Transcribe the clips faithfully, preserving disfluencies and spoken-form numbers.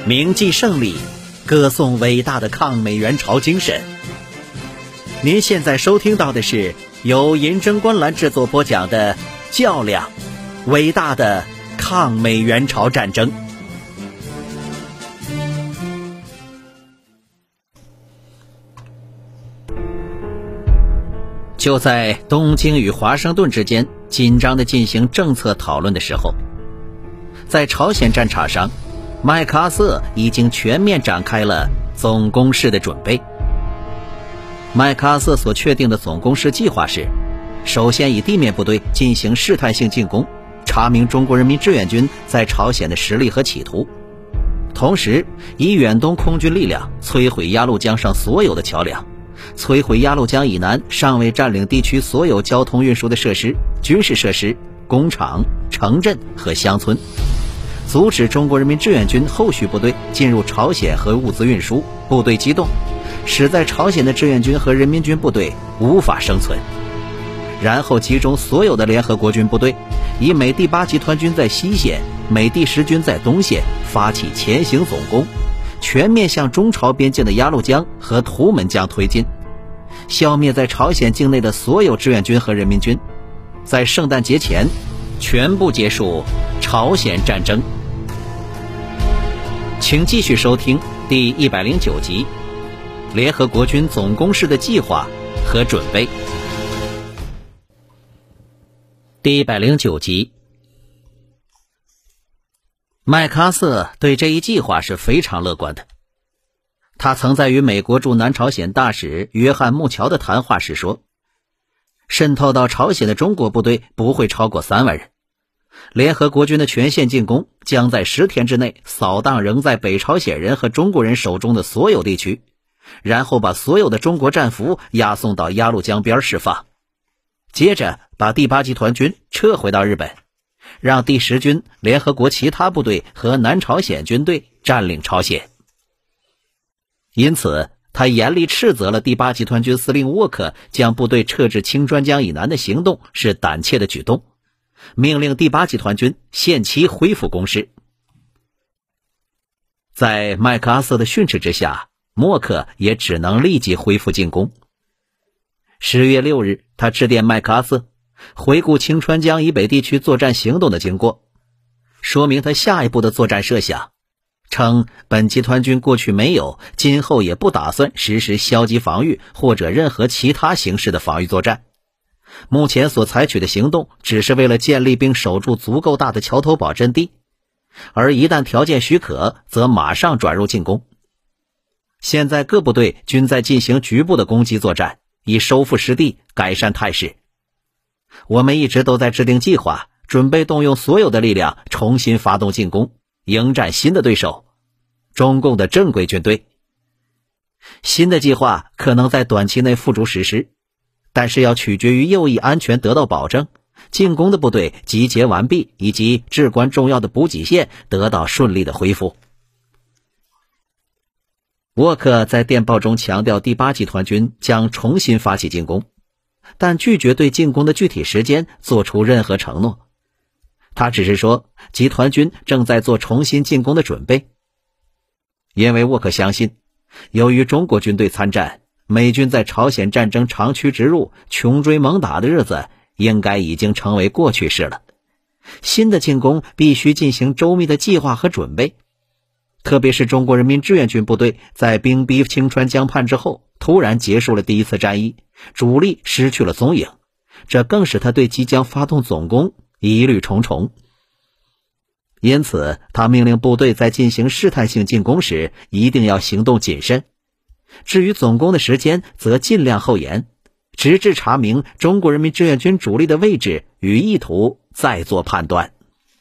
铭记胜利，歌颂伟大的抗美援朝精神。您现在收听到的是由银针观澜制作播讲的《较量：伟大的抗美援朝战争》。就在东京与华盛顿之间紧张地进行政策讨论的时候，在朝鲜战场上，麦克阿瑟已经全面展开了总攻势的准备。麦克阿瑟所确定的总攻势计划是，首先以地面部队进行试探性进攻，查明中国人民志愿军在朝鲜的实力和企图，同时以远东空军力量摧毁鸭绿江上所有的桥梁，摧毁鸭绿江以南尚未占领地区所有交通运输的设施、军事设施、工厂、城镇和乡村，阻止中国人民志愿军后续部队进入朝鲜和物资运输、部队机动，使在朝鲜的志愿军和人民军部队无法生存。然后集中所有的联合国军部队，以美第八集团军在西线、美第十军在东线发起前行总攻，全面向中朝边境的鸭绿江和图们江推进，消灭在朝鲜境内的所有志愿军和人民军，在圣诞节前全部结束朝鲜战争。请继续收听第一百零九集《联合国军总攻势的计划和准备》。第一百零九集，麦克阿瑟对这一计划是非常乐观的。他曾在与美国驻南朝鲜大使约翰·穆乔的谈话时说，渗透到朝鲜的中国部队不会超过三万人，联合国军的全线进攻将在十天之内扫荡仍在北朝鲜人和中国人手中的所有地区，然后把所有的中国战俘押送到鸭绿江边释放，接着把第八集团军撤回到日本，让第十军、联合国其他部队和南朝鲜军队占领朝鲜。因此他严厉斥责了第八集团军司令沃克将部队撤至清川江以南的行动是胆怯的举动，命令第八集团军限期恢复攻势。在麦克阿瑟的训斥之下，默克也只能立即恢复进攻。十月六日，他致电麦克阿瑟，回顾清川江以北地区作战行动的经过，说明他下一步的作战设想，称本集团军过去没有，今后也不打算实施消极防御或者任何其他形式的防御作战。目前所采取的行动只是为了建立并守住足够大的桥头堡阵地，而一旦条件许可，则马上转入进攻。现在各部队均在进行局部的攻击作战，以收复失地，改善态势。我们一直都在制定计划，准备动用所有的力量重新发动进攻，迎战新的对手——中共的正规军队。新的计划可能在短期内付诸实施，但是要取决于右翼安全得到保证，进攻的部队集结完毕，以及至关重要的补给线得到顺利的恢复。沃克在电报中强调第八集团军将重新发起进攻，但拒绝对进攻的具体时间做出任何承诺。他只是说集团军正在做重新进攻的准备。因为沃克相信，由于中国军队参战，美军在朝鲜战争长驱直入、穷追猛打的日子应该已经成为过去式了。新的进攻必须进行周密的计划和准备，特别是中国人民志愿军部队在兵逼清川江畔之后，突然结束了第一次战役，主力失去了踪影，这更使他对即将发动总攻疑虑重重。因此他命令部队在进行试探性进攻时一定要行动谨慎，至于总攻的时间则尽量后延，直至查明中国人民志愿军主力的位置与意图，再做判断。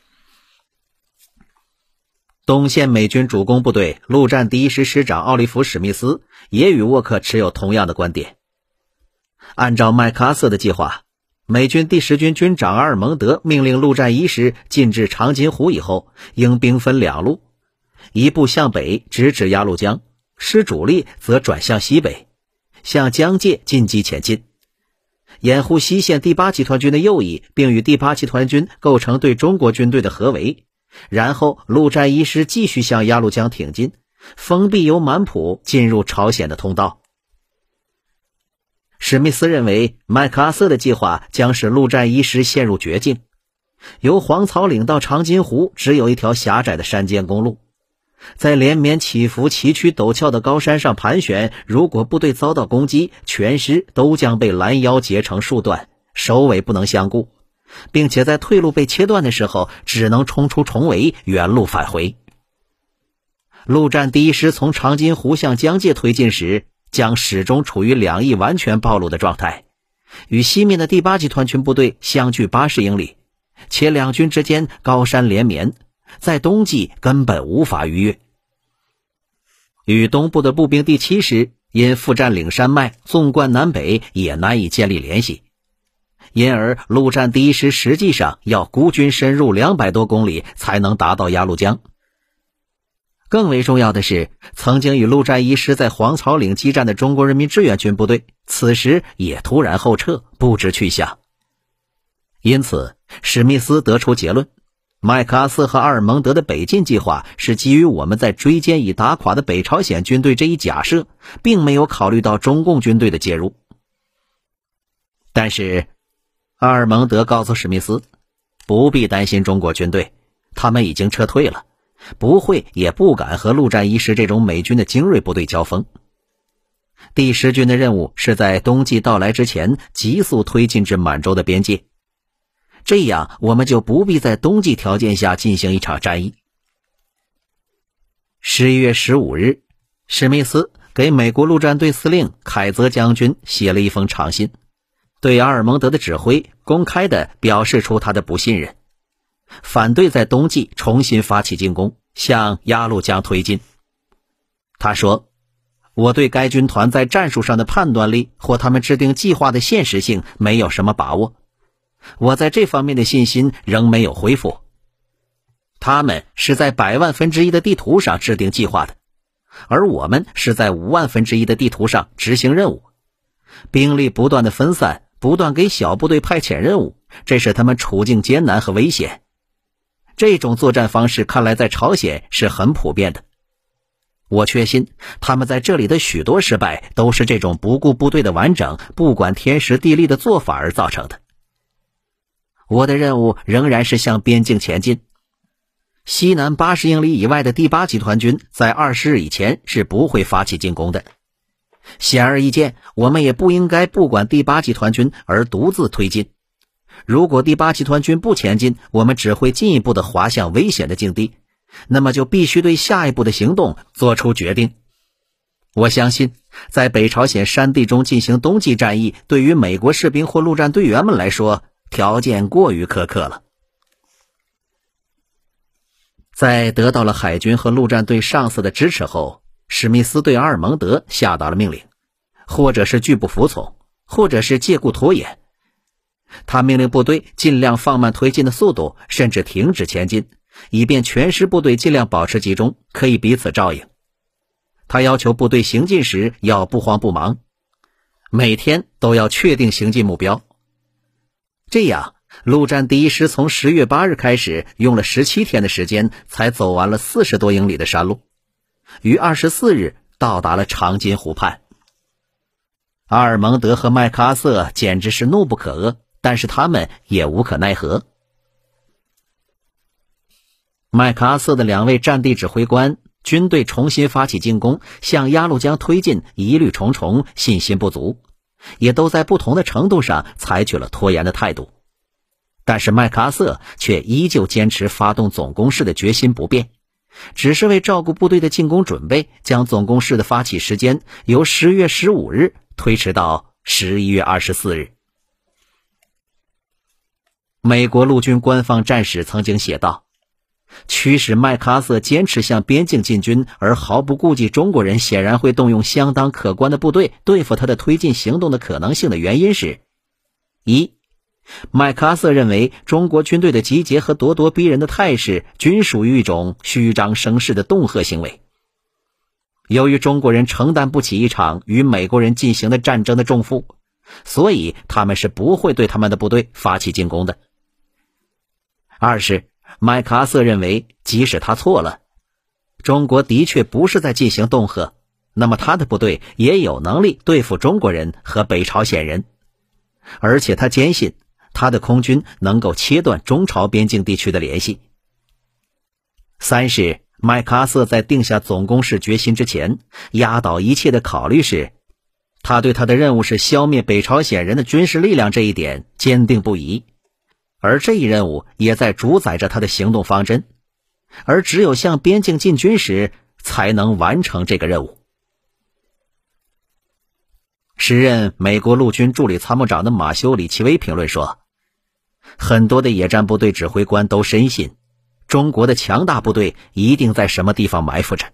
东线美军主攻部队陆战第一师师长奥利弗·史密斯也与沃克持有同样的观点。按照麦克阿瑟的计划，美军第十军军长阿尔蒙德命令陆战一师进至长津湖以后，应兵分两路，一部向北直指鸭绿江，师主力则转向西北，向江界进击前进，掩护西线第八集团军的右翼，并与第八集团军构成对中国军队的合围， 然后陆战一师继续向鸭绿江挺进，封闭由满浦进入朝鲜的通道。史密斯认为麦克阿瑟的计划将使陆战一师陷入绝境。由黄草岭到长津湖只有一条狭窄的山间公路，在连绵起伏崎岖陡峭的高山上盘旋，如果部队遭到攻击，全师都将被拦腰截成数段，首尾不能相顾，并且在退路被切断的时候只能冲出重围，原路返回。陆战第一师从长津湖向江界推进时，将始终处于两翼完全暴露的状态，与西面的第八集团军部队相距八十英里，且两军之间高山连绵，在冬季根本无法逾越。与东部的步兵第七师因腹占领山脉，纵贯南北也难以建立联系，因而陆战第一师实际上要孤军深入两百多公里才能达到鸭绿江。更为重要的是，曾经与陆战一师在黄草岭激战的中国人民志愿军部队，此时也突然后撤，不知去向。因此，史密斯得出结论，麦克阿瑟和阿尔蒙德的北进计划是基于我们在追歼已打垮的北朝鲜军队这一假设，并没有考虑到中共军队的介入。但是，阿尔蒙德告诉史密斯，不必担心中国军队，他们已经撤退了，不会也不敢和陆战一师这种美军的精锐部队交锋。第十军的任务是在冬季到来之前急速推进至满洲的边界，这样我们就不必在冬季条件下进行一场战役。十一月十五日，史密斯给美国陆战队司令凯泽将军写了一封长信，对阿尔蒙德的指挥公开地表示出他的不信任，反对在冬季重新发起进攻，向鸭绿江推进。他说，我对该军团在战术上的判断力或他们制定计划的现实性没有什么把握，我在这方面的信心仍没有恢复。他们是在百万分之一的地图上制定计划的，而我们是在五万分之一的地图上执行任务。兵力不断的分散，不断给小部队派遣任务，这使他们处境艰难和危险。这种作战方式看来在朝鲜是很普遍的。我确信他们在这里的许多失败都是这种不顾部队的完整，不管天时地利的做法而造成的。我的任务仍然是向边境前进。西南八十英里以外的第八集团军在二十日以前是不会发起进攻的。显而易见，我们也不应该不管第八集团军而独自推进。如果第八集团军不前进，我们只会进一步的滑向危险的境地，那么就必须对下一步的行动做出决定。我相信，在北朝鲜山地中进行冬季战役，对于美国士兵或陆战队员们来说，条件过于苛刻了。在得到了海军和陆战队上司的支持后，史密斯对阿尔蒙德下达了命令，或者是拒不服从，或者是借故拖延。他命令部队尽量放慢推进的速度，甚至停止前进，以便全师部队尽量保持集中，可以彼此照应。他要求部队行进时要不慌不忙，每天都要确定行进目标。这样，陆战第一师从十月八日开始，用了十七天的时间，才走完了四十多英里的山路，于二十四日到达了长津湖畔。阿尔蒙德和麦克阿瑟简直是怒不可遏，但是他们也无可奈何。麦克阿瑟的两位战地指挥官，军队重新发起进攻，向鸭绿江推进，疑虑重重，信心不足，也都在不同的程度上采取了拖延的态度。但是麦克阿瑟却依旧坚持发动总攻势的决心不变，只是为照顾部队的进攻准备，将总攻势的发起时间由十月十五日推迟到十一月二十四日。美国陆军官方战史曾经写道，驱使麦克阿瑟坚持向边境进军，而毫不顾及中国人显然会动用相当可观的部队对付他的推进行动的可能性的原因是：一、麦克阿瑟认为中国军队的集结和咄咄逼人的态势均属于一种虚张声势的恫吓行为。由于中国人承担不起一场与美国人进行的战争的重负，所以他们是不会对他们的部队发起进攻的。二是麦克阿瑟认为，即使他错了，中国的确不是在进行恫吓，那么他的部队也有能力对付中国人和北朝鲜人，而且他坚信他的空军能够切断中朝边境地区的联系。三是麦克阿瑟在定下总攻势决心之前，压倒一切的考虑是，他对他的任务是消灭北朝鲜人的军事力量这一点坚定不移，而这一任务也在主宰着他的行动方针，而只有向边境进军时才能完成这个任务。时任美国陆军助理参谋长的马修·里奇威评论说，很多的野战部队指挥官都深信中国的强大部队一定在什么地方埋伏着，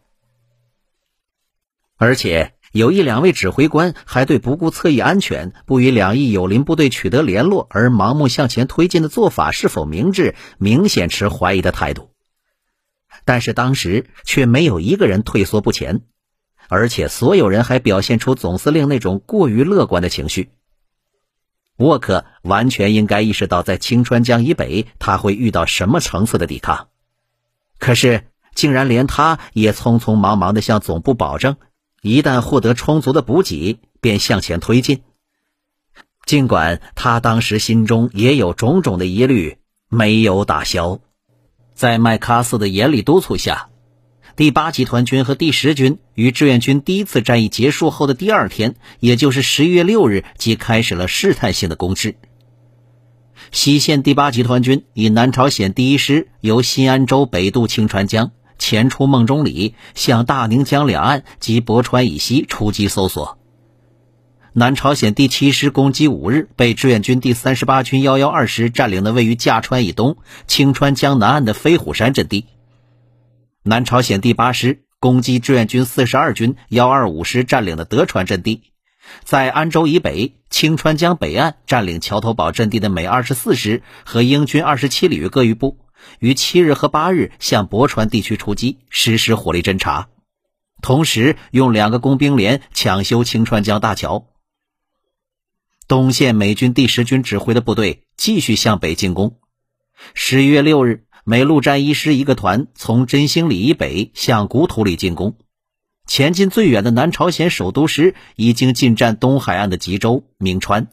而且有一两位指挥官还对不顾侧翼安全，不与两翼友邻部队取得联络而盲目向前推进的做法是否明智，明显持怀疑的态度。但是当时却没有一个人退缩不前，而且所有人还表现出总司令那种过于乐观的情绪。沃克完全应该意识到在清川江以北他会遇到什么层次的抵抗，可是竟然连他也匆匆忙忙地向总部保证，一旦获得充足的补给便向前推进。尽管他当时心中也有种种的疑虑没有打消。在麦克阿瑟的严厉督促下，第八集团军和第十军于志愿军第一次战役结束后的第二天，也就是十一月六日，即开始了试探性的攻势。西线第八集团军以南朝鲜第一师由新安州北渡清川江，前出孟中里，向大宁江两岸及博川以西出击搜索。南朝鲜第七师攻击五日，被志愿军第三十八军一一二师占领了位于驾川以东清川江南岸的飞虎山阵地。南朝鲜第八师攻击志愿军四十二军一二五师占领的德川阵地，在安州以北清川江北岸占领桥头堡阵地的美二十四师和英军二十七旅各一部，于七日和八日向博川地区出击，实施火力侦察，同时用两个工兵连抢修清川江大桥。东线美军第十军指挥的部队继续向北进攻。十一月六日，美陆战一师一个团从真兴里以北向古土里进攻，前进最远的南朝鲜首都师已经进占东海岸的吉州、明川。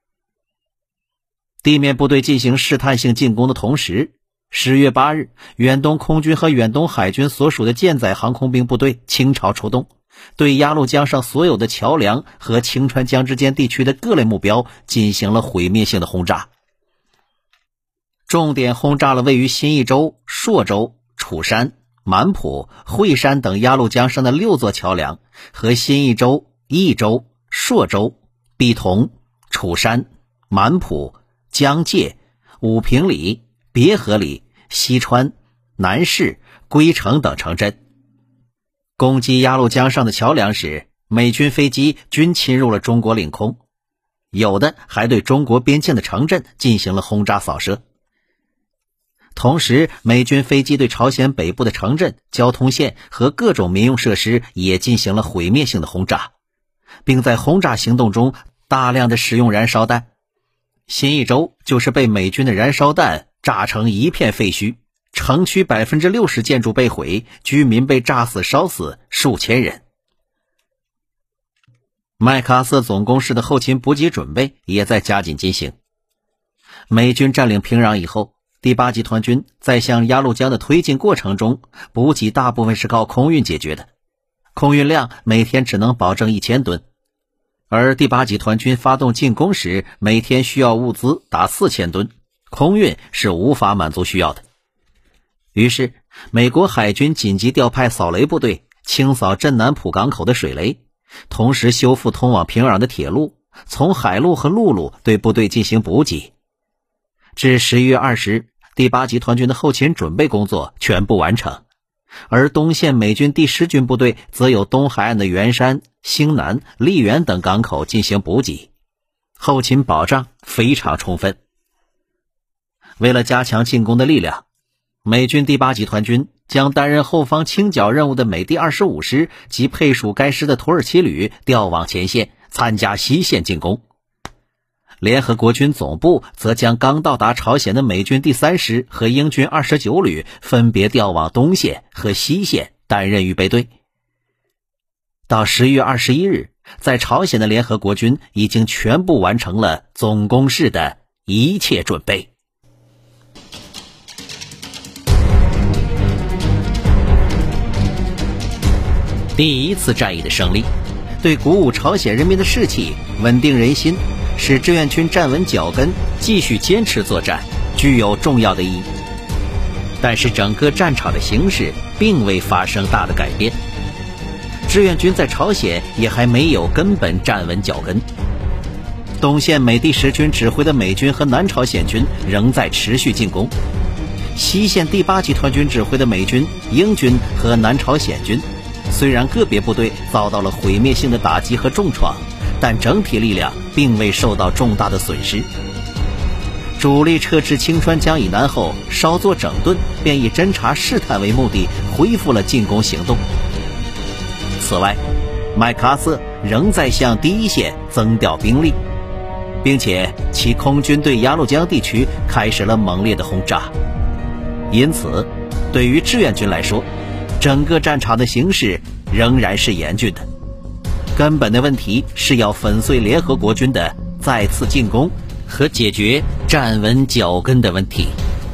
地面部队进行试探性进攻的同时，十月八日，远东空军和远东海军所属的舰载航空兵部队倾巢出动，对鸭绿江上所有的桥梁和清川江之间地区的各类目标进行了毁灭性的轰炸。重点轰炸了位于新义州、朔州、楚山、满浦、惠山等鸭绿江上的六座桥梁和新义州、益州、朔州、碧桐、楚山、满浦、江界、武平里、别河里、西川、南市、龟城等城镇。攻击鸭绿江上的桥梁时，美军飞机均侵入了中国领空，有的还对中国边境的城镇进行了轰炸扫射。同时，美军飞机对朝鲜北部的城镇、交通线和各种民用设施也进行了毁灭性的轰炸，并在轰炸行动中大量的使用燃烧弹。新义州就是被美军的燃烧弹炸成一片废墟，城区 百分之六十 建筑被毁，居民被炸死烧死数千人。麦克阿瑟总攻势的后勤补给准备也在加紧进行。美军占领平壤以后，第八集团军在向鸭绿江的推进过程中，补给大部分是靠空运解决的，空运量每天只能保证一千吨，而第八集团军发动进攻时，每天需要物资达四千吨，空运是无法满足需要的。于是，美国海军紧急调派扫雷部队清扫镇南浦港口的水雷，同时修复通往平壤的铁路，从海路和陆路对部队进行补给。至十一月二十日，第八集团军的后勤准备工作全部完成，而东线美军第十军部队则有东海岸的元山、兴南、丽园等港口进行补给，后勤保障非常充分。为了加强进攻的力量，美军第八集团军将担任后方清剿任务的美第二十五师及配属该师的土耳其旅调往前线，参加西线进攻。 联合国军总部则将刚到达朝鲜的美军第三师和英军二十九旅分别调往东线和西线担任预备队。到十月二十一日，在朝鲜的联合国军已经全部完成了总攻势的一切准备。第一次战役的胜利，对鼓舞朝鲜人民的士气、稳定人心，使志愿军站稳脚跟，继续坚持作战，具有重要的意义。但是整个战场的形势并未发生大的改变，志愿军在朝鲜也还没有根本站稳脚跟。东线美第十军指挥的美军和南朝鲜军仍在持续进攻，西线第八集团军指挥的美军、英军和南朝鲜军，虽然个别部队遭到了毁灭性的打击和重创，但整体力量并未受到重大的损失。主力撤至清川江以南后，稍作整顿，便以侦察试探为目的恢复了进攻行动。此外，麦克阿瑟仍在向第一线增调兵力，并且其空军对鸭绿江地区开始了猛烈的轰炸。因此，对于志愿军来说，整个战场的形势仍然是严峻的。根本的问题是要粉碎联合国军的再次进攻和解决站稳脚跟的问题。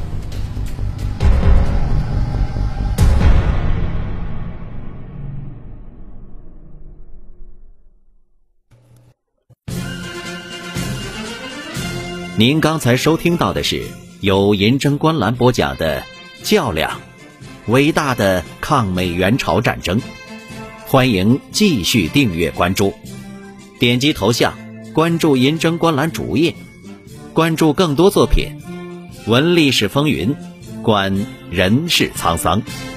您刚才收听到的是由银针观澜播讲的较量，伟大的抗美援朝战争。欢迎继续订阅关注，点击头像关注银针观澜主页，关注更多作品，闻历史风云，观人世沧桑。